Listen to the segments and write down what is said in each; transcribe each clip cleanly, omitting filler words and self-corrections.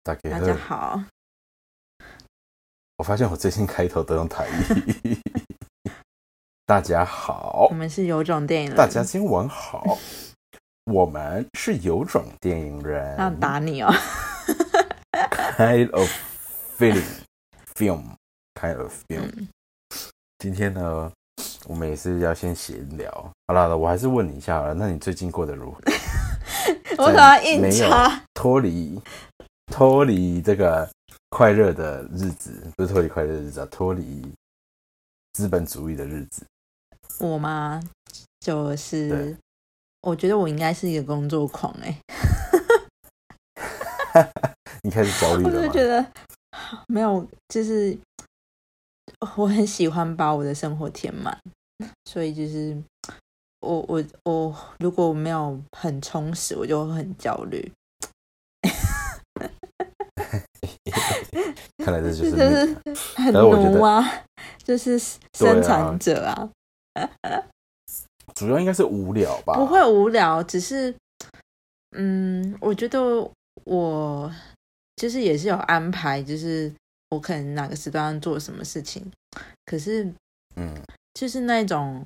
大家好。 我发现我最近开头都用台语。大家好， 我们是有种电影人。 大家今晚好，我们是有种电影人。 要打你哦。 Kind of film kind of film。今天呢，我们也是要先闲聊。好了，我还是问你一下好了，那你最近过得如何？ 我可能硬插， 没有脱离这个快乐的日子，不是脱离快乐的日子啊，脱离资本主义的日子。 我吗？就是我觉得我应该是一个工作狂你开始焦虑了吗？ 我就觉得没有，就是我很喜欢把我的生活填满，所以就是我如果没有很充实，我就会很焦虑。 看来这就是很奴啊，就是生产者啊。 主要应该是无聊吧？ 不会无聊，只是我觉得我就是也是有安排，就是我可能哪个时段要做什么事情，可是就是那种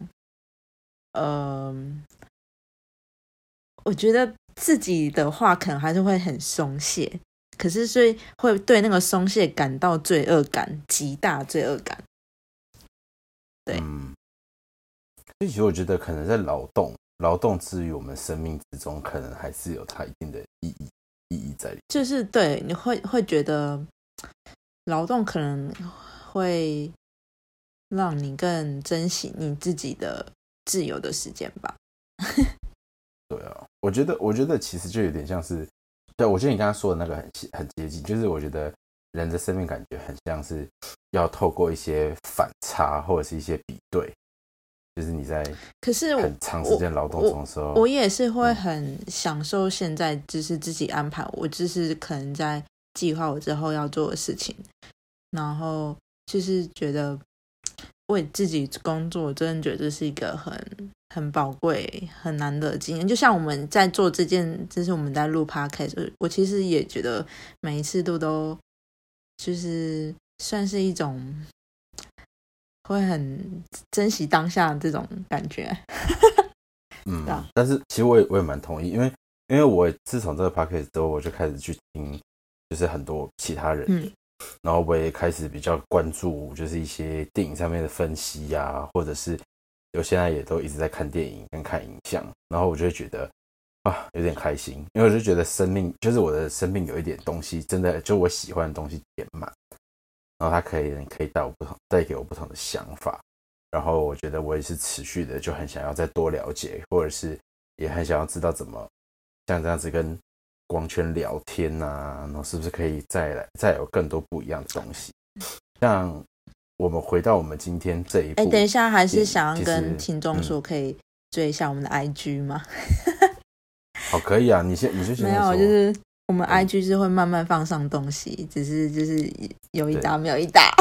我觉得自己的话可能还是会很松懈，可是所以会对那个松懈感到罪恶感，极大罪恶感。对， 所以其实我觉得可能在劳动之于我们生命之中，可能还是有它一定的意义在里面。 就是对，你会觉得劳动可能会让你更珍惜你自己的自由的时间吧。 对啊，我觉得其实就有点像是，对，我觉得你刚刚说的那个很接近，就是我觉得人的生命感觉很像是要透过一些反差或者是一些比对，就是你在很长时间劳动中的时候， 我也是会很享受现在就是自己安排，我就是可能在计划我之后要做的事情，然后就是觉得为自己工作，真的觉得这是一个很宝贵、很难得的经验。就像我们在做就是我们在录 podcast， 我其实也觉得每一次都就是算是一种会很珍惜当下的这种感觉。 但是其实我也蛮同意，因为我自从这个 podcast 之后，我就开始去听，就是很多其他人的。然后我也开始比较关注，就是一些电影上面的分析啊，或者是我现在也都一直在看电影跟看影像，然后我就会觉得有点开心，因为我就觉得就是我的生命有一点东西，真的就我喜欢的东西填满，然后它可以带给我不同的想法，然后我觉得我也是持续的就很想要再多了解，或者是也很想要知道怎么像这样子跟光圈聊天啊，然后是不是可以再有更多不一样的东西？像我们回到我们今天这一步， 等一下，还是想要跟听众说，可以追一下我们的 IG 吗？ 好，可以啊，你就先说。 没有，就是我们 IG 是会慢慢放上东西，只是就是有一搭没有一搭。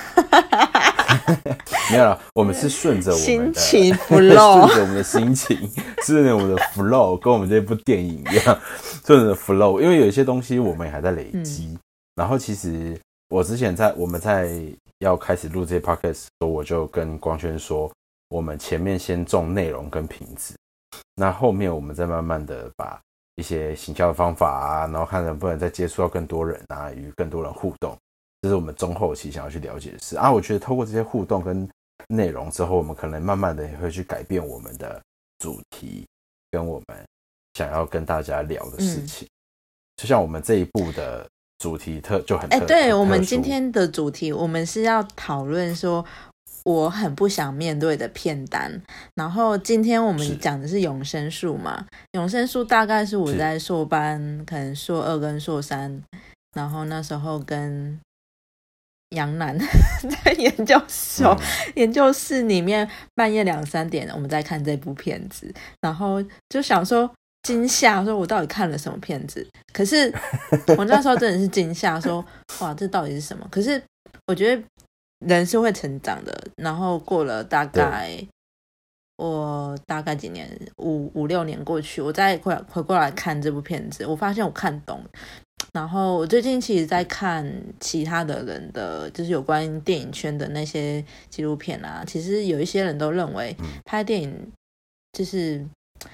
没有啦，我们是顺着我们的心情 flow， 顺着我们的心情，顺着我们的 flow， 跟我们这部电影一样，顺着 flow。因为有一些东西我们也还在累积。然后其实我之前我们在要开始录这些 podcast 的时候，我就跟光轩说，我们前面先重内容跟品质，那后面我们再慢慢的把一些行销的方法啊，然后看能不能再接触到更多人啊，与更多人互动。这是我们中后期想要去了解的事啊。我觉得透过这些互动跟内容之后，我们可能慢慢的也会去改变我们的主题，跟我们想要跟大家聊的事情。就像我们这一部的主题就很对，我们今天的主题，我们是要讨论说我很不想面对的片单。然后今天我们讲的是永生树嘛，永生树大概是我在硕班，可能硕2跟硕3，然后那时候跟杨楠在研究室里面半夜2、3点我们在看这部片子，然后就想说惊吓，说我到底看了什么片子。可是我那时候真的是惊吓，说哇这到底是什么。可是我觉得人是会成长的，然后过了大概几年，5、6年过去，我再回过来看这部片子，我发现我看懂然后我最近其实在看其他的人的就是有关电影圈的那些纪录片啊，其实有一些人都认为拍电影就是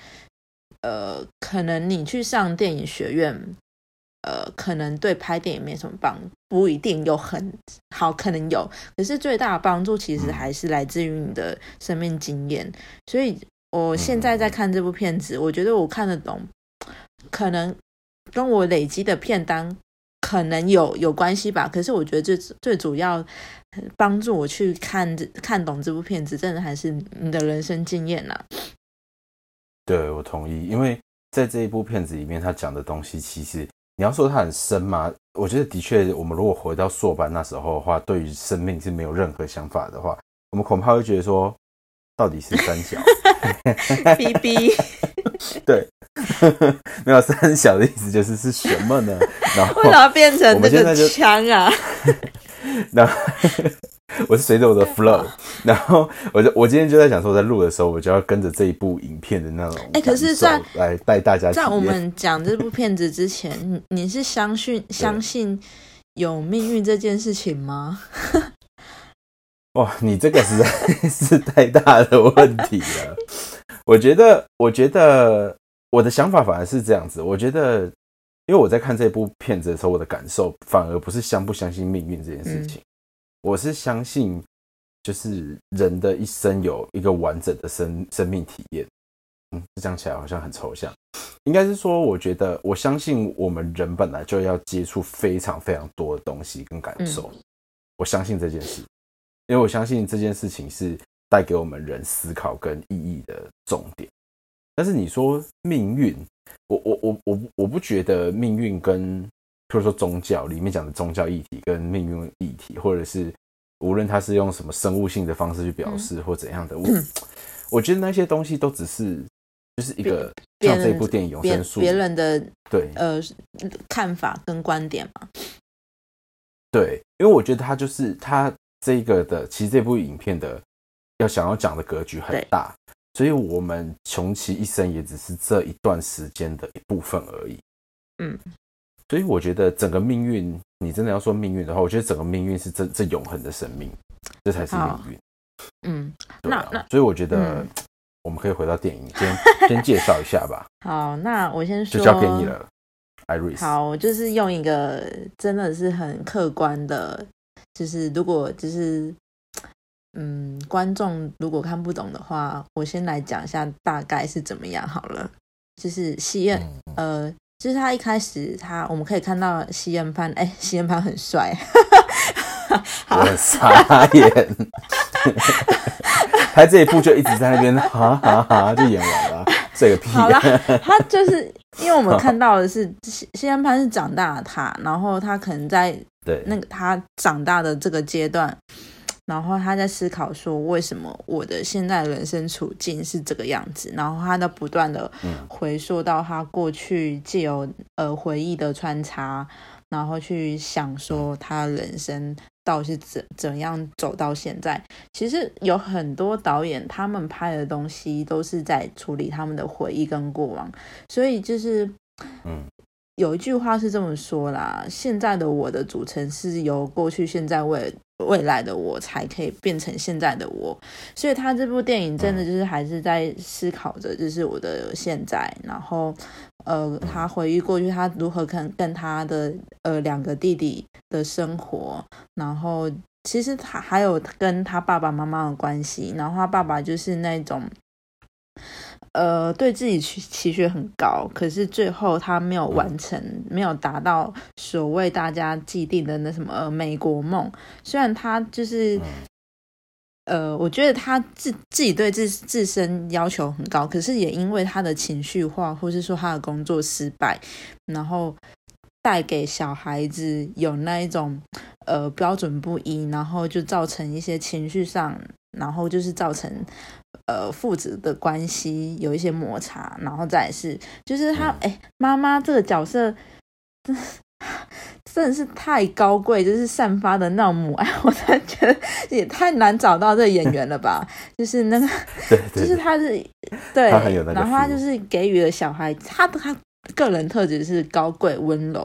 可能你去上电影学院可能对拍电影没什么帮助，不一定有很好，可能有，可是最大的帮助其实还是来自于你的生命经验。所以我现在在看这部片子，我觉得我看得懂，可能跟我累积的片单可能有关系吧。可是我觉得最主要帮助我去看懂这部片子，真的还是你的人生经验啊。 对，我同意，因为在这一部片子里面，他讲的东西其实你要说它很深吗？我觉得的确，我们如果回到硕班那时候的话，对于生命是没有任何想法的话，我们恐怕会觉得说，到底是三小逼逼对没有三小的意思就是是什么呢？然后为什么变成这个腔啊？ 然后我是随着我的 flow， 然后我今天就在想说，在录的时候我就要跟着这一部影片的那种可是来带大家体验。 在我们讲这部片子之前，你是相信有命运这件事情吗？ 哇，你这个实在是太大的问题了。我觉得我的想法反而是这样子，我觉得因为我在看这部片子的时候，我的感受反而不是相不相信命运这件事情，我是相信就是人的一生有一个完整的生命体验。讲起来好像很抽象，应该是说我觉得我相信我们人本来就要接触非常非常多的东西跟感受，我相信这件事，因为我相信这件事情是带给我们人思考跟意义的重点。但是你说命运，我不觉得命运跟譬如说宗教里面讲的宗教议题跟命运议题，或者是无论它是用什么生物性的方式去表示或怎样的，我觉得那些东西都只是就是一个像这部电影永生树别人的对看法跟观点嘛。 对，因为我觉得它就是它这个的，其实这部影片的想要讲的格局很大，所以我们穷其一生也只是这一段时间的一部分而已。所以我觉得整个命运，你真的要说命运的话，我觉得整个命运是这永恒的生命，这才是命运。所以我觉得我们可以回到电影，先介绍一下吧。 好，那我先说， 就交给你了，Iris。 好，我就是用一个真的是很客观的，就是如果就是观众如果看不懂的话，我先来讲一下大概是怎么样好了。就是西恩，就是他一开始我们可以看到西恩潘，西恩潘很帅， 我傻眼。他这一部就一直在那边哈哈哈就演完了，这个屁。 好啦，他就是因为我们看到的是西恩潘是长大的他，然后他可能在那个他长大的这个阶段，然后他在思考说为什么我的现在人生处境是这个样子，然后他在不断的回溯到他过去藉由回忆的穿插，然后去想说他人生到底是怎样走到现在。其实有很多导演他们拍的东西都是在处理他们的回忆跟过往，所以就是有一句话是这么说啦，现在的我的组成是由过去现在未来的我才可以变成现在的我。所以他这部电影真的就是还是在思考着就是我的现在，然后他回忆过去他如何跟他的两个弟弟的生活，然后其实他还有跟他爸爸妈妈的关系，然后他爸爸就是那种对自己期许很高，可是最后他没有完成，没有达到所谓大家既定的那什么美国梦。虽然他就是我觉得他自己对自身要求很高，可是也因为他的情绪化，或是说他的工作失败，然后带给小孩子有那一种标准不一，然后就造成一些情绪上，然后就是造成父子的关系有一些摩擦，然后再来是就是他妈妈这个角色真的是太高贵，就是散发的那种母爱，我才觉得也太难找到这个演员了吧。就是那个就是他是对，然后他就是给予了小孩他个人特质是高贵温柔，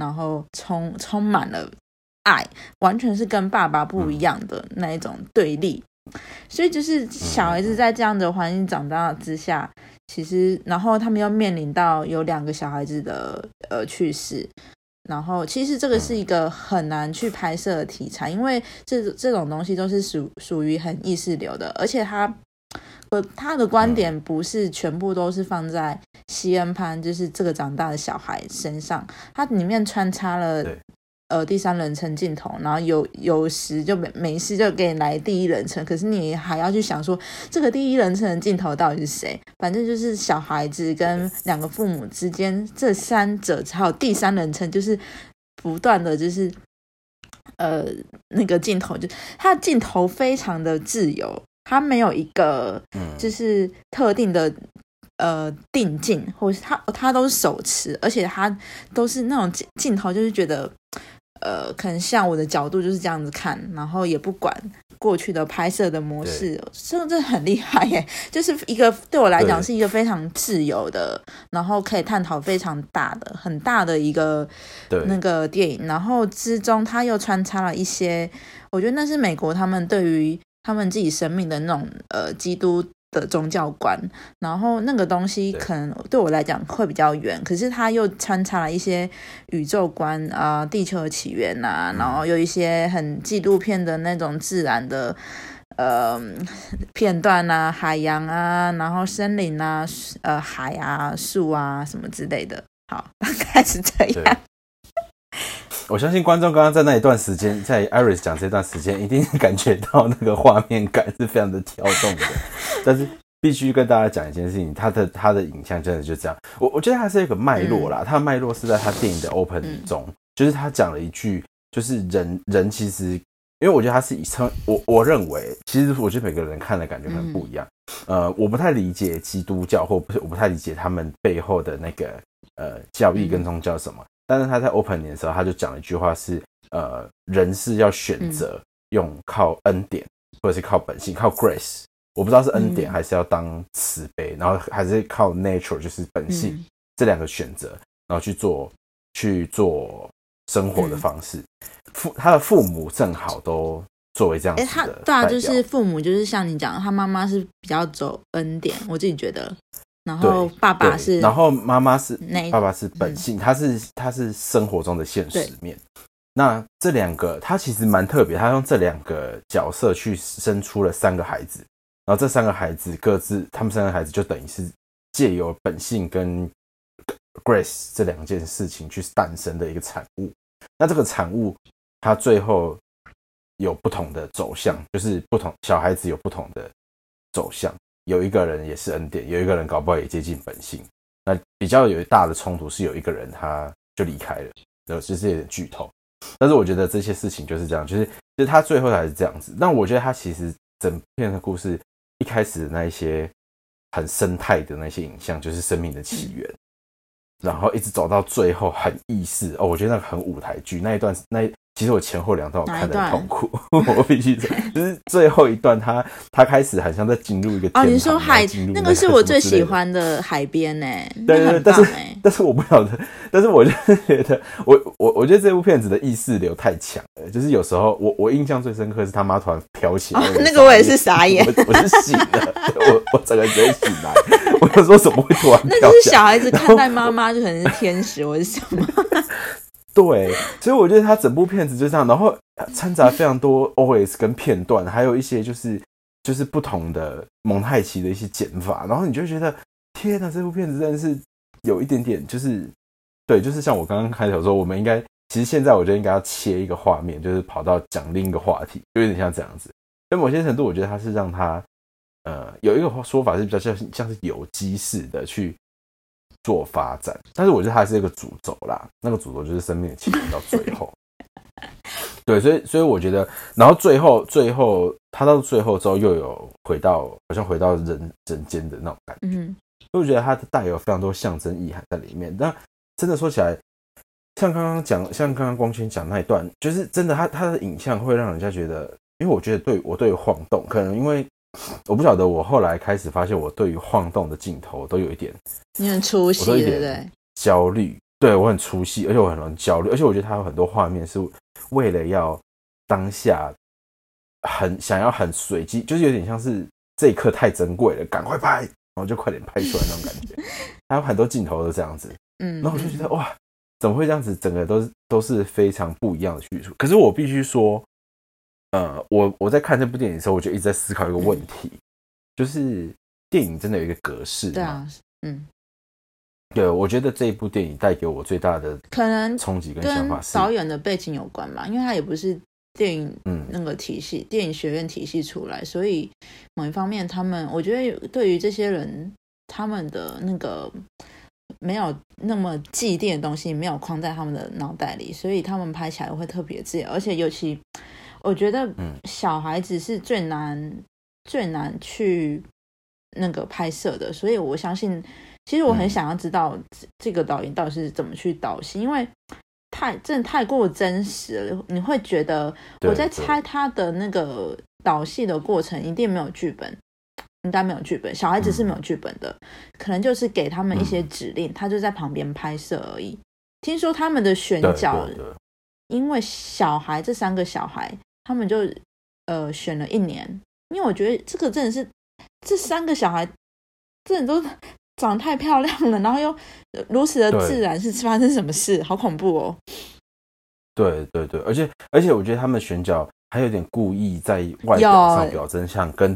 然后充满了爱，完全是跟爸爸不一样的那一种对立。所以就是小孩子在这样的环境长大之下，其实然后他们又面临到有2个小孩子的去世，然后其实这个是一个很难去拍摄的题材，因为这种东西都是属于很意识流的，而且他的观点不是全部都是放在西恩潘就是这个长大的小孩身上，它里面穿插了第3人称镜头，然后有时就没事就给你来第1人称，可是你还要去想说这个第1人称的镜头到底是谁，反正就是小孩子跟2个父母之间这3者还有第3人称，就是不断的就是那个镜头，就他的镜头非常的自由，他没有一个就是特定的定镜，或是他都是手持，而且他都是那种镜头，就是觉得可能像我的角度就是这样子看，然后也不管过去的拍摄的模式，这很厉害耶，就是一个对我来讲是一个非常自由的，然后可以探讨非常很大的一个那个电影，然后之中他又穿插了一些，我觉得那是美国他们对于他们自己生命的那种基督的宗教观，然后那个东西可能对我来讲会比较远，可是它又穿插了一些宇宙观啊、地球的起源啊，然后有一些很纪录片的那种自然的片段啊、海洋啊，然后森林啊、海啊、树啊什么之类的。好，大概是这样。 我相信观众刚刚在那一段时间，在 Iris 讲这段时间，一定感觉到那个画面感是非常的跳动的。但是必须跟大家讲一件事情，他的影像真的就这样。我觉得它是一个脉络啦，它的脉络是在他电影的 opening 中，就是他讲了一句，就是人其实，因为我觉得他是我认为，其实我觉得每个人看的感觉可能不一样。我不太理解基督教，或我不太理解他们背后的那个教义跟宗教什么。但是他在 opening 的时候，他就讲了一句话是，人是要选择用靠恩典，或者是靠本性，靠 grace， 我不知道是恩典还是要当慈悲，然后还是靠 nature， 就是本性，这2个选择，然后去做生活的方式。他的父母正好都作为这样子的代表。 对啊，就是父母就是像你讲，他妈妈是比较走恩典，我自己觉得。然后爸爸是， 然后妈妈是，爸爸是本性，他是生活中的现实面。那这2个他其实蛮特别，他用这2个角色去生出了3个孩子，然后这3个孩子各自，他们3个孩子就等于是借由本性跟 grace 这2件事情去诞生的一个产物。那这个产物它最后有不同的走向，就是小孩子有不同的走向。有一个人也是恩典，有一个人搞不好也接近本性。那比较有大的冲突是有一个人他就离开了，就是有点剧透。但是我觉得这些事情就是这样，就是他最后还是这样子。但我觉得他其实整片的故事一开始的那一些很生态的那些影像，就是生命的起源，然后一直走到最后很意识我觉得那个很舞台剧那一段其实我前后2段我看得很痛苦，我必须说，就是最后一段他开始好像在进入一个天堂。 你说那个是我最喜欢的海边对，但是我不晓得，但是我就觉得我觉得这部片子的意识流太强了，就是有时候我印象最深刻是他妈突然飘起来， 那个我也是傻眼， 我是醒了，我整个人直接醒来，我就说怎么会突然飘起来？ 那就是小孩子看待妈妈就可能是天使或是什么。 对，所以我觉得他整部片子就这样，然后掺杂非常多 OS 跟片段，还有一些就是不同的蒙太奇的一些剪法，然后你就觉得天哪，这部片子真的是有一点点就是对，就是像我刚刚开头说，我们应该其实现在我觉得应该要切一个画面，就是跑到讲另一个话题，有点像这样子。在某些程度，我觉得他是让他有一个说法是比较像是有机式的去做发展，但是我觉得它还是一个主轴啦，那个主轴就是生命的起源到最后。对，所以我觉得，然后最后他到最后之后又有好像回到人间的那种感觉，所以我觉得它带有非常多象征意涵在里面。但真的说起来，像刚刚光圈讲那一段，就是真的他的影像会让人家觉得，因为我觉得我对于晃动，可能因为我不晓得，我后来开始发现，我对于晃动的镜头都有一点， 你很出戏，对不对？ 焦虑， 对，我很出戏，而且我很容易焦虑，而且我觉得他有很多画面是为了要当下很想要很随机，就是有点像是这一刻太珍贵了，赶快拍，然后就快点拍出来那种感觉。还有很多镜头都这样子，然后我就觉得哇，怎么会这样子？整个都是非常不一样的叙述。可是我必须说，我在看这部电影的时候，我就一直在思考一个问题，就是电影真的有一个格式吗？ 对啊， 对，我觉得这一部电影带给我最大的可能冲击跟想法是导演的背景有关吧，因为他也不是电影那个体系，电影学院体系出来，所以某一方面，我觉得对于这些人，他们的那个没有那么既定的东西，没有框在他们的脑袋里，所以他们拍起来会特别自由，而且尤其我觉得小孩子是最难去那个拍摄的，所以我相信。其实我很想要知道这个导演到底是怎么去导戏，因为真的太过真实了，你会觉得我在猜他的那个导戏的过程一定没有剧本，应该没有剧本，小孩子是没有剧本的，可能就是给他们一些指令，他就在旁边拍摄而已。听说他们的选角，因为这3个小孩，他们就选了1年，因为我觉得这个真的是这3个小孩真的都长得太漂亮了，然后又如此的自然，是发生什么事？好恐怖哦！ 对，而且我觉得他们选角还有点故意在外表上表真像，跟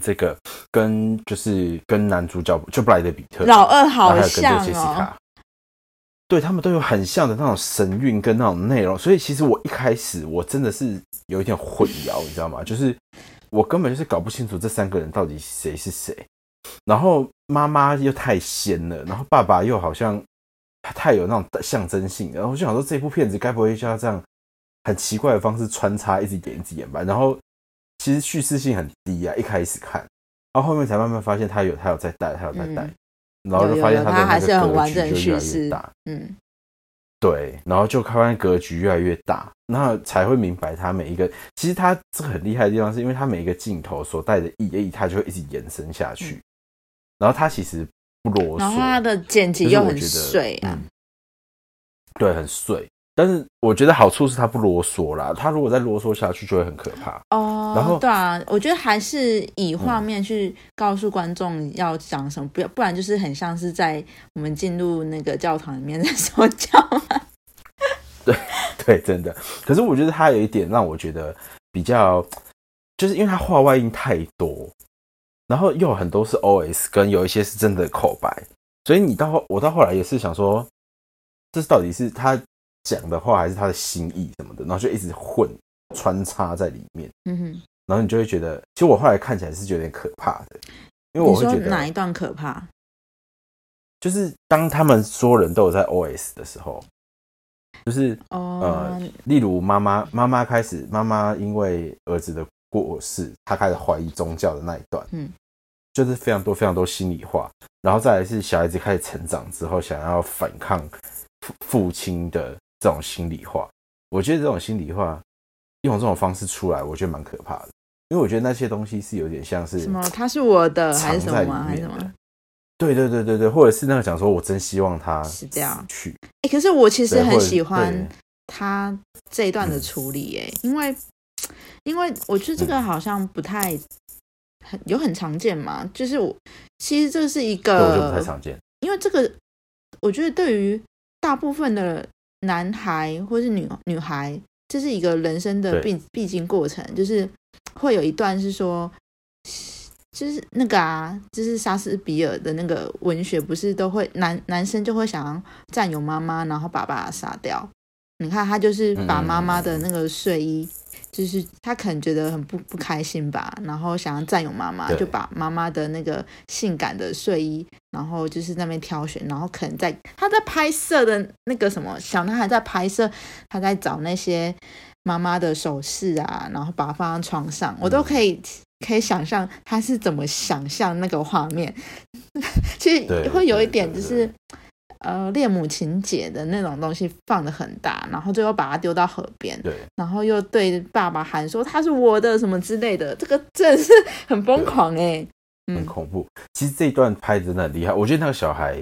男主角就布莱德比特老二好像哦，对他们都有很像的那种神韵跟那种内容，所以其实我一开始我真的是有一点混淆，你知道吗？就是我根本就是搞不清楚这3个人到底谁是谁。然后妈妈又太仙了，然后爸爸又好像太有那种象征性，然后我就想说这部片子该不会就要这样很奇怪的方式穿插一直演吧？然后其实叙事性很低啊，一开始看，然后后面才慢慢发现他有在带，然后就发现他的那个格局就越来越大，对，然后就发现格局越来越大，那才会明白他每一个，其实他这个很厉害的地方是因为他每一个镜头所带的意义，他就会一直延伸下去。然后他其实不啰嗦， 然后他的剪辑又很碎啊， 对，很碎。但是我觉得好处是他不啰嗦啦，他如果再啰嗦下去就会很可怕哦。然后对啊，我觉得还是以画面去告诉观众要讲什么，不然就是很像是在我们进入那个教堂里面在说教嘛。 对，真的。可是我觉得他有一点让我觉得比较，就是因为他话外音太多。然后又有很多是 OS， 跟有一些是真的口白，所以我到后来也是想说，这到底是他讲的话还是他的心意什么的，然后就一直穿插在里面，然后你就会觉得，其实我后来看起来是有点可怕的，因为我会觉得你说哪一段可怕？ 就是当他们所有人都有在 OS 的时候，就是例如妈妈开始，妈妈因为儿子的过世，他开始怀疑宗教的那一段，就是非常多心里话，然后再来是小孩子开始成长之后，想要反抗父亲的这种心里话。我觉得这种心里话用这种方式出来，我觉得蛮可怕的，因为我觉得那些东西是有点像是什么他是我的还是什么还是什么？ 对，或者是那个讲说我真希望他死掉去。 可是我其实很喜欢他这一段的处理因为我觉得这个好像不太很常见嘛，就是其实这是一个我就不太常见， 因为这个我觉得对于大部分的男孩或是女孩，这是一个人生的必经过程，就是会有一段是说，就是那个就是莎士比亚的那个文学，不是都会男生就会想要占有妈妈，然后把她杀掉。你看他就是把妈妈的那个睡衣，就是他可能觉得很不开心吧，然后想要占有妈妈，就把妈妈的那个性感的睡衣，然后就是那边挑选，然后可能他在拍摄的那个什么小男孩在拍摄，他在找那些妈妈的首饰啊，然后把它放在床上，我都可以想象他是怎么想象那个画面，其实会有一点就是恋母情节的那种东西放得很大，然后最后把它丢到河边，然后又对爸爸喊说他是我的什么之类的，这个真的是很疯狂很恐怖。其实这一段拍得真的很厉害，我觉得那个小孩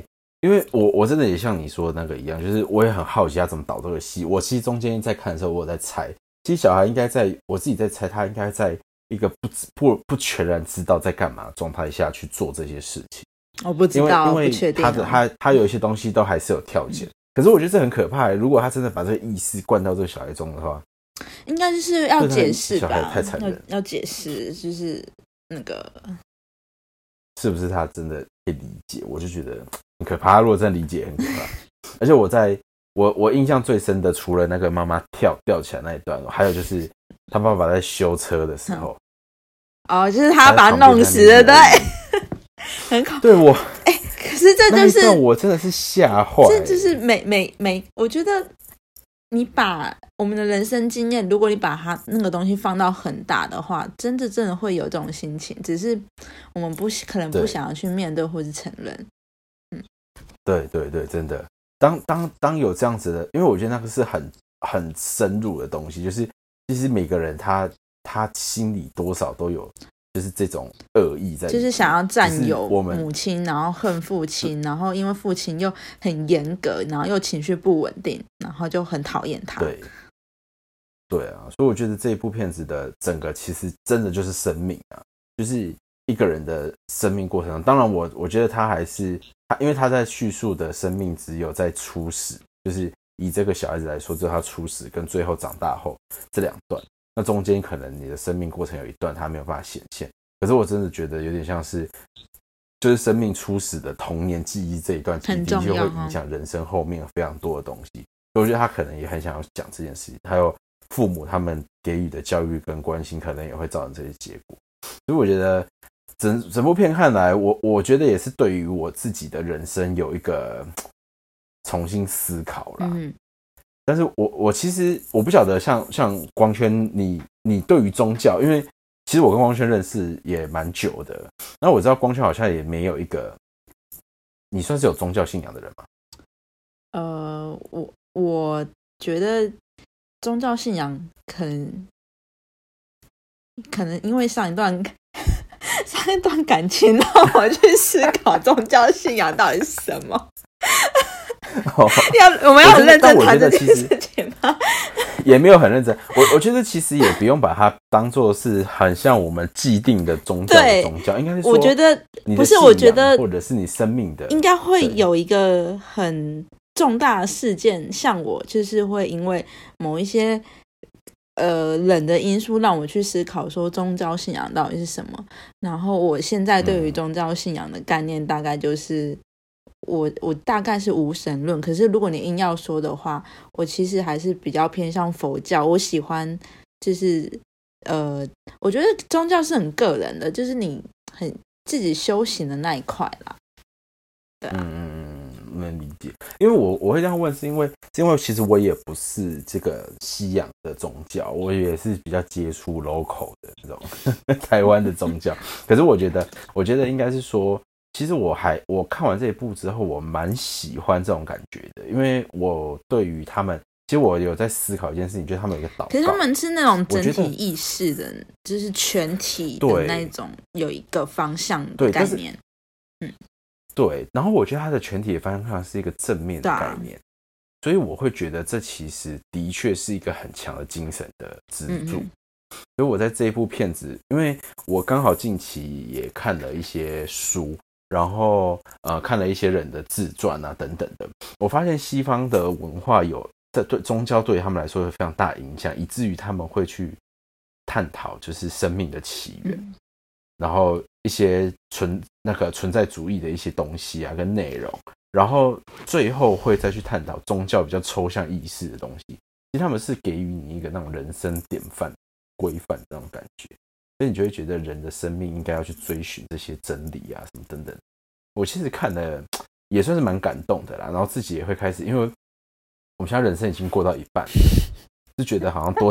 因为我真的也像你说的那个一样，就是我也很好奇他怎么导这个戏。我其实中间在看的时候，我有在猜，其实小孩应该我自己在猜，他应该在一个不全然知道在干嘛的状态下去做这些事情。 我不知道， 因为不确定他有一些东西都还是有条件，可是我觉得这很可怕。如果他真的把这个意识灌到这个小孩中的话， 应该就是要解释吧， 小孩太残忍， 要解释，就是那个是不是他真的可以理解？我就觉得很可怕。如果真的理解，很可怕。而且我印象最深的，除了那个妈妈吊起来那一段，还有就是他爸爸在修车的时候， 就是他把他弄死了，对，很可对我可是这就是我真的是吓坏， 这就是我觉得你把我们的人生经验，如果你把它那个东西放到很大的话，真的会有这种心情，只是我们可能不想要去面对或是承认。 对，真的。当有这样子的，因为我觉得那个是很深入的东西，就是其实每个人他心里多少都有，就是这种恶意在里面， 就是想要占有母亲，然后恨父亲，然后因为父亲又很严格，然后又情绪不稳定，然后就很讨厌他。 对啊，所以我觉得这一部片子的整个其实真的就是生命啊，就是一个人的生命过程中。当然我觉得他还是因为他在叙述的生命只有在初始，就是以这个小孩子来说，只有他初始跟最后长大后这两段，那中间可能你的生命过程有一段他没有办法显现。可是我真的觉得有点像是，就是生命初始的童年记忆这一段，的确会影响人生后面非常多的东西。所以我觉得他可能也很想要讲这件事情，还有父母他们给予的教育跟关心，可能也会造成这些结果。所以我觉得整部片看来，我觉得也是对于我自己的人生有一个重新思考啦。但是我其实我不晓得像光圈你对于宗教，因为其实我跟光圈认识也蛮久的，那我知道光圈好像也没有一个，你算是有宗教信仰的人吗？ 我觉得宗教信仰可能因为上一段感情让我去思考宗教信仰到底是什么。我们要很认真谈这件事情吗？ 也没有很认真。我觉得其实也不用把它当作是很像我们既定的宗教的宗教，应该是说， 我觉得不是， 我觉得或者是你生命的， 应该会有一个很重大的事件，像我就是会因为某一些冷的因素让我去思考说宗教信仰到底是什么。然后我现在对于宗教信仰的概念大概就是我大概是无神论，可是如果你硬要说的话，我其实还是比较偏向佛教。我喜欢就是我觉得宗教是很个人的，就是你很自己修行的那一块啦。对啊， 能理解。因为我会这样问，是因为其实我也不是这个西洋的宗教，我也是比较接触 local 的这种台湾的宗教。可是我觉得应该是说，其实我看完这一部之后，我蛮喜欢这种感觉的，因为我对于他们，其实我有在思考一件事情，就是他们有一个祷告， 可是他们是那种整体意识的，就是全体的那种，有一个方向的概念。 对，然后我觉得它的全体的方向是一个正面的概念，所以我会觉得这其实的确是一个很强的精神的支柱。所以我在这一部片子，因为我刚好近期也看了一些书，然后看了一些人的自传啊等等的，我发现西方的文化对宗教对他们来说有非常大影响，以至于他们会去探讨就是生命的起源，然后一些存在主义的一些东西啊跟内容，然后最后会再去探讨宗教比较抽象意识的东西。其实他们是给予你一个那种人生典范规范这种感觉，所以你就会觉得人的生命应该要去追寻这些真理啊什么等等。我其实看了也算是蛮感动的啦，然后自己也会开始，因为我们现在人生已经过到一半，就觉得好像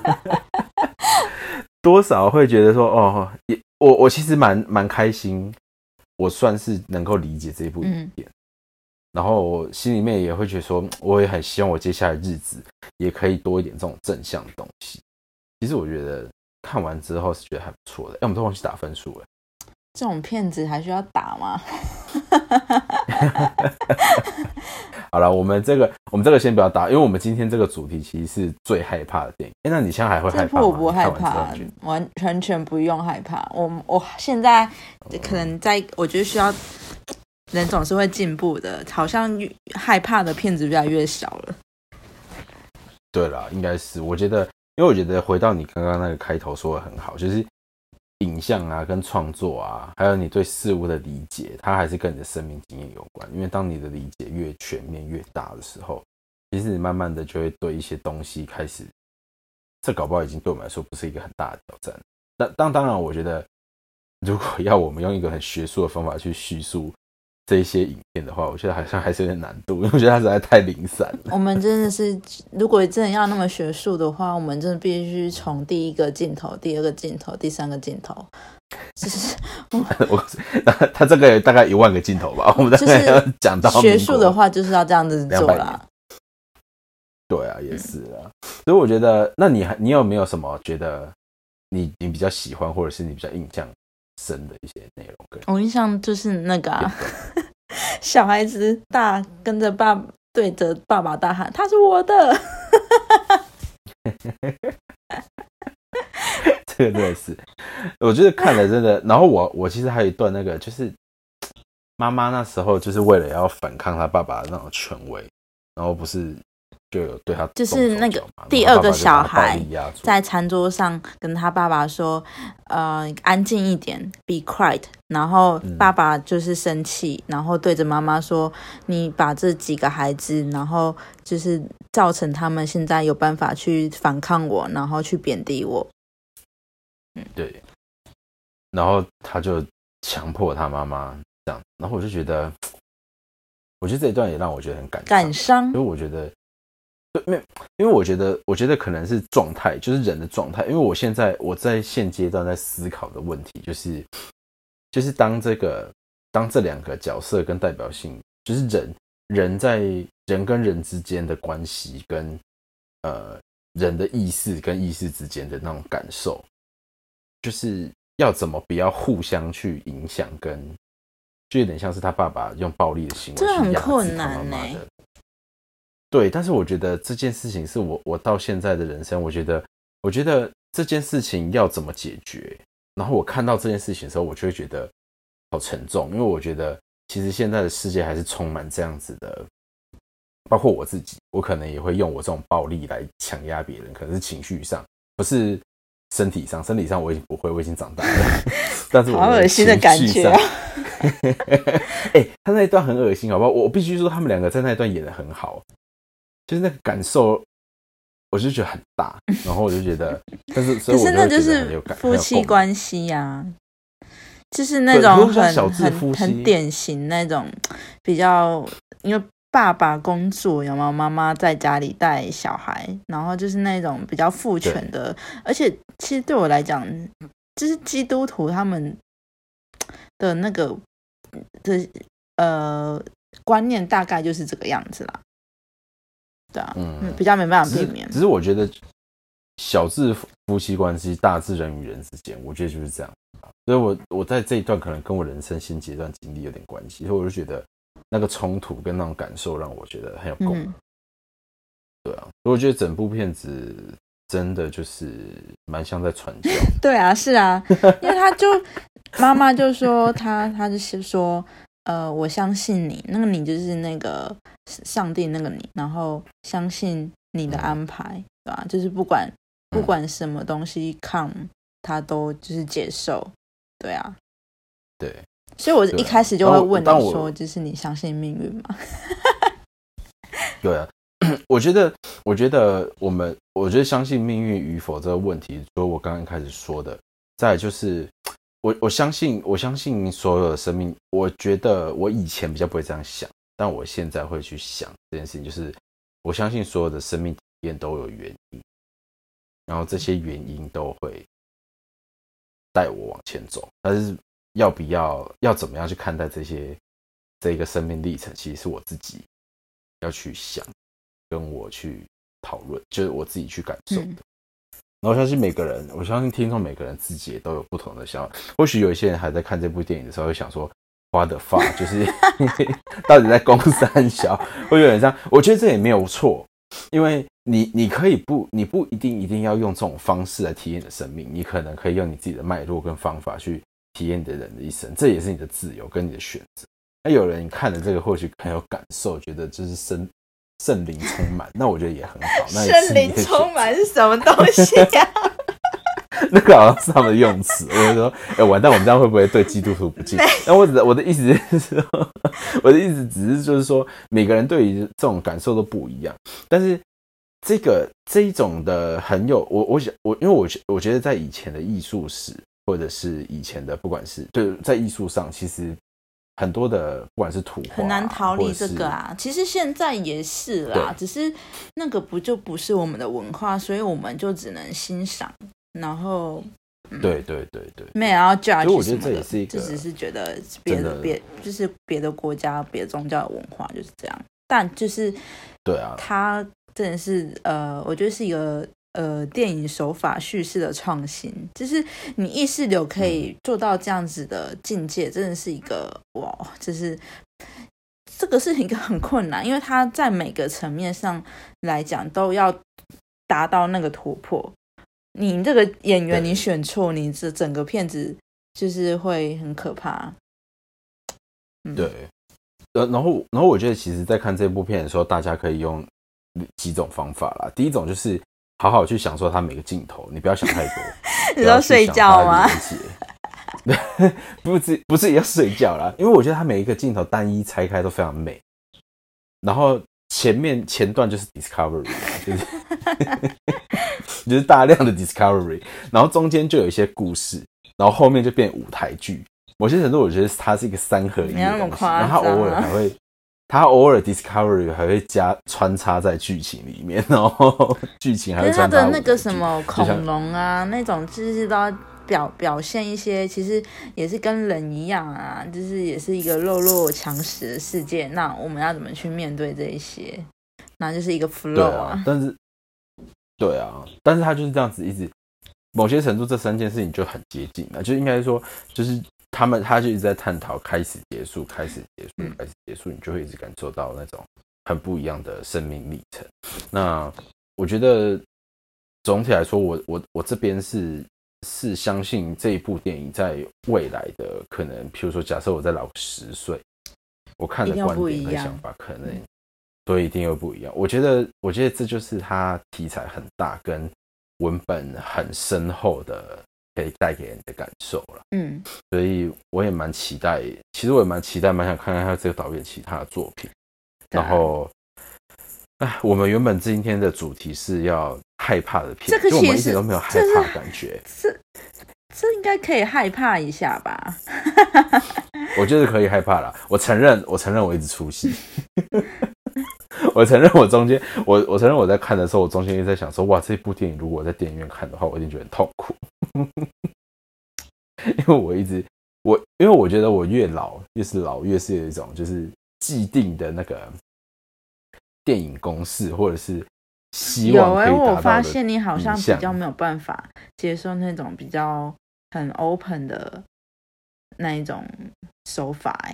多少会觉得说我其实蛮开心，我算是能够理解这一部影片，然后我心里面也会觉得说，我也很希望我接下来日子也可以多一点这种正向的东西。其实我觉得看完之后是觉得还不错的。我们都忘记打分数了。 这种片子还需要打吗？ 好了，我们这个先不要打，因为我们今天这个主题其实是最害怕的电影。那你现在还会害怕吗？ 我不害怕，完全不用害怕。我现在可能我觉得需要人总是会进步的，好像害怕的片子越来越少了。 对啦，应该是，我觉得，因为我觉得回到你刚刚那个开头说的很好，就是影像啊、跟创作啊，还有你对事物的理解，它还是跟你的生命经验有关。因为当你的理解越全面、越大的时候，其实你慢慢的就会对一些东西开始，这搞不好已经对我们来说不是一个很大的挑战。当然，我觉得如果要我们用一个很学术的方法去叙述这一些影片的话，我觉得好像还是有点难度，因为我觉得它实在太零散了。 我们真的是，如果真的要那么学术的话，我们真的必须从第一个镜头、第二个镜头、第三个镜头，就是他这个大概10000个镜头吧，我们大概要讲到学术的话，就是要这样子做啦。 对啊，也是啊。所以我觉得，那你有没有什么觉得你比较喜欢，或者是你比较印象深的一些内容？ 我印象就是那个小孩子跟着对着爸爸大喊：“他是我的！” 这个真的是，我觉得看了真的。然后我其实还有一段那个，就是妈妈那时候就是为了要反抗他爸爸的那种权威，然后不是就有对他就是那个第二个小孩在餐桌上跟他爸爸说安静一点 be quiet， 然后爸爸就是生气，然后对着妈妈说你把这几个孩子然后就是造成他们现在有办法去反抗我，然后去贬低我。 对，然后他就强迫他妈妈这样，然后我就觉得这一段也让我觉得很感伤，因为我觉得因为我觉得可能是状态，就是人的状态。因为我在现阶段在思考的问题，就是当这两个角色跟代表性，就是人在人跟人之间的关系，跟人的意识跟意识之间的那种感受，就是要怎么不要互相去影响，跟就有点像是他爸爸用暴力的行为去压制他妈妈的。对，但是我觉得这件事情是我到现在的人生，我觉得这件事情要怎么解决，然后我看到这件事情的时候，我就会觉得好沉重，因为我觉得其实现在的世界还是充满这样子的，包括我自己，我可能也会用我这种暴力来强压别人，可能是情绪上，不是身体上我已经不会，我已经长大了，但是我好恶心的感觉啊！ 他那一段很恶心，好不好？我必须说，他们两个在那一段演得很好。就是那个感受，我就觉得很大，然后我就觉得，可是那就是夫妻关系呀，就是那种很典型那种比较，因为爸爸工作，有没有？妈妈在家里带小孩，然后就是那种比较父权的，而且其实对我来讲，就是基督徒他们的那个观念大概就是这个样子啦。对啊，比较没办法避免。 只是我觉得小至夫妻关系，大至人与人之间，我觉得就是这样。所以我在这一段可能跟我人生新阶段经历有点关系，所以我就觉得那个冲突跟那种感受让我觉得很有共鸣。对啊，所以我觉得整部片子真的就是蛮像在传教。 对啊，是啊，因为妈妈就说他就是说。我相信你，那个你就是那个上帝那个你，然后相信你的安排，对吧？就是不管什么东西 come， 他都就是接受，对啊， 对。 所以我一开始就会问你说，就是你相信命运吗？ 对啊，我觉得相信命运与否这个问题，就我刚刚开始说的，再来就是。我相信所有的生命，我觉得我以前比较不会这样想，但我现在会去想这件事情，就是我相信所有的生命体验都有原因，然后这些原因都会带我往前走，但是要怎么样去看待这个生命历程，其实是我自己要去想，跟我去讨论，就是我自己去感受的。然后我相信听众每个人自己也都有不同的想法。或许有一些人还在看这部电影的时候，会想说：“ 花的发，就是到底在攻三小，会有点像。我觉得这也没有错，因为你可以你不一定要用这种方式来体验你的生命，你可能可以用你自己的脉络跟方法去体验你的人的一生，这也是你的自由跟你的选择。那有人看了这个或许很有感受，觉得就是圣灵充满，那我觉得也很好。 圣灵充满是什么东西啊？ 那个好像是他们的用词，我就说，完蛋，我们这样会不会对基督徒不敬？那我的意思是说，我的意思只是就是说，每个人对于这种感受都不一样。但是这一种的很有因为我觉得在以前的艺术史，或者是以前的不管是就在艺术上，其实很多的不管是图画， 很难逃离这个啊。其实现在也是啦，只是那个不是我们的文化，所以我们就只能欣赏。然后， 对， 没有要 judge 什么的， 所以我觉得这也是一个， 就只是觉得就是别的国家、别的宗教的文化就是这样。但就是对啊， 它真的是我觉得是一个电影手法叙事的创新，就是你意识流可以做到这样子的境界，真的是一个哇，就是这个是一个很困难，因为它在每个层面上来讲都要达到那个突破。你这个演员你选错，你这整个片子就是会很可怕。 对，然后我觉得其实在看这部片的时候，大家可以用几种方法啦。第一种就是好好去享受它每个镜头，你不要想太多。 你说睡觉吗？ 不是要睡觉啦，因为我觉得它每一个镜头单一拆开都非常美。然后前段就是 discovery， 就是大量的 discovery， 然后中间就有一些故事，然后后面就变舞台剧。某些程度我觉得它是一个3合1的东西，然后它偶尔 discovery 还会穿插在剧情里面，然后剧情还会穿插。 它的那个什么恐龙啊，那种就是都要表现一些，其实也是跟人一样啊，就是也是一个弱强食的世界。那我们要怎么去面对这一些？那就是一个 flow 啊。 但是它就是这样子一直，某些程度这3件事情就很接近了，就应该说就是他就一直在探讨开始结束，你就会一直感受到那种很不一样的生命历程。那我觉得总体来说，我这边是相信这一部电影在未来的可能，譬如说假设我再老10岁，我看的观点和想法可能对一定又不一样。我觉得这就是它题材很大跟文本很深厚的可以带给人的感受了。所以我也蛮期待，其实我也蛮期待，蛮想看看他这个导演其他的作品。然后我们原本今天的主题是要害怕的片，就我们一点都没有害怕的感觉。 这应该可以害怕一下吧？ 我觉得可以害怕啦，我承认我一直出戏。我承认我承认我在看的时候，我中间一直在想说，哇，这部电影如果我在电影院看的话，我一定觉得很痛苦。因为我觉得我越是老，越是有一种就是既定的那个电影公式，或者是希望可以达到的。 我发现你好像比较没有办法接受那种比较很 open 的那一种手法。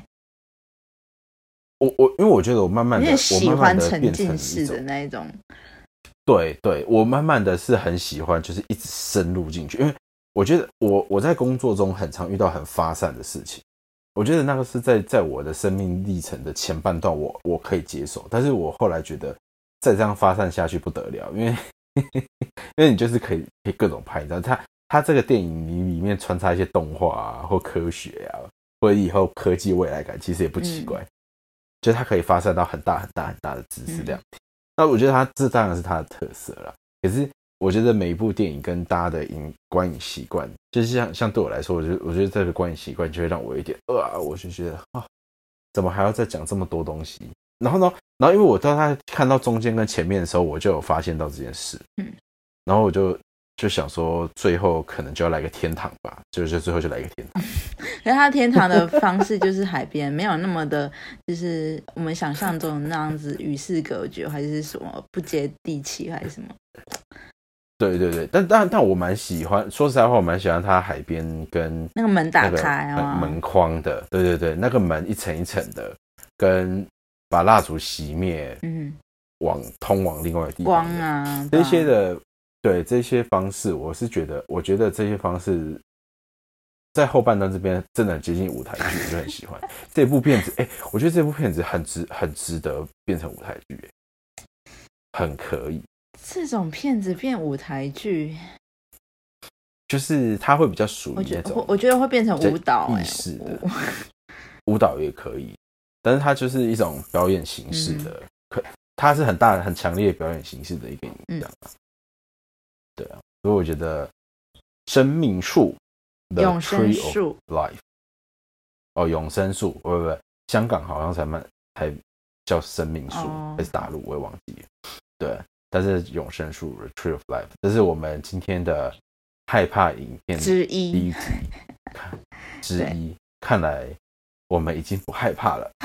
因为我觉得我慢慢的， 你也喜欢沉浸式的那一种。 对，我慢慢的是很喜欢，就是一直深入进去，因为我觉得我在工作中很常遇到很发散的事情，我觉得那个是在我的生命历程的前半段我可以接受，但是我后来觉得再这样发散下去不得了，因为你就是可以各种拍照，它这个电影里面穿插一些动画啊，或科学啊，或者以后科技未来感，其实也不奇怪。就是它可以发散到很大的知识量体。那我觉得这当然是它的特色啦。可是我觉得每一部电影跟大家的观影习惯，就是像对我来说，我觉得这个观影习惯就会让我有一点我就觉得怎么还要再讲这么多东西？然后因为我当他看到中间跟前面的时候，我就有发现到这件事。然后我就想说，最后可能就要来个天堂吧，就最后就来个天堂。 可是他天堂的方式就是海边，没有那么的，就是我们想象中的那样子与世隔绝，还是什么不接地气，还是什么？ 对对对，但我蛮喜欢，说实在话，我蛮喜欢它海边跟那个门打开门框的，对对对，那个门一层一层的，跟把蜡烛熄灭，通往另外的地方光啊这些的，对这些方式，我觉得这些方式在后半段这边真的很接近舞台剧，我就很喜欢这部片子。我觉得这部片子很值得变成舞台剧，很可以。 这种片子变舞台剧， 就是它会比较属于那种， 我觉得会变成舞蹈意识的，舞蹈也可以，但是它就是一种表演形式的，它是很强烈表演形式的一个影像对啊，所以我觉得生命树， 永生树 ，Life， 永生树，不，香港好像才叫生命树，还是大陆我也忘记了，对。但是永生树 The Tree of Life， 这是我们今天的害怕影片之一， 第一集之一。看来我们已经不害怕了。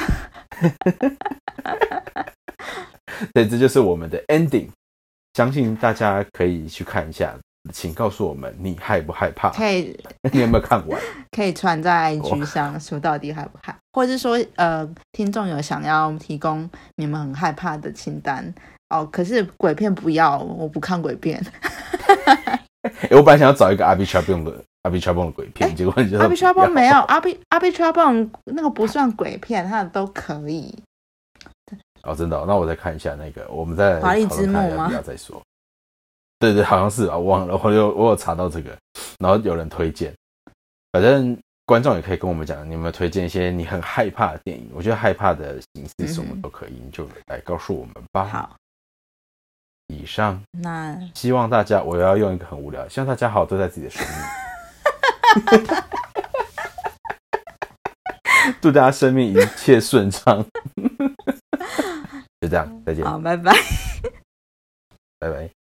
对，这就是我们的 ending。相信大家可以去看一下，请告诉我们你害不害怕？ 可以， 你有没有看完？ 可以传在 IG 上说到底害不害，或者是说听众有想要提供你们很害怕的清单。可是鬼片不要，我不看鬼片。 我本来想要找一个阿比查蹦的鬼片，结果你就阿比查蹦没有，阿比查蹦那个不算鬼片，它都可以。 真的那我再看一下那个，我们再华丽之幕吗？ 不要再说。对对，好像是我忘了，我有查到这个，然后有人推荐，反正观众也可以跟我们讲，你有没有推荐一些你很害怕的电影？我觉得害怕的形式什么都可以，你就来告诉我们吧。 好。 以上， 那希望大家，我要用一个很无聊，希望大家好好对待自己的生命，祝大家生命一切顺畅。就这样，再见。 好，拜拜， 拜拜。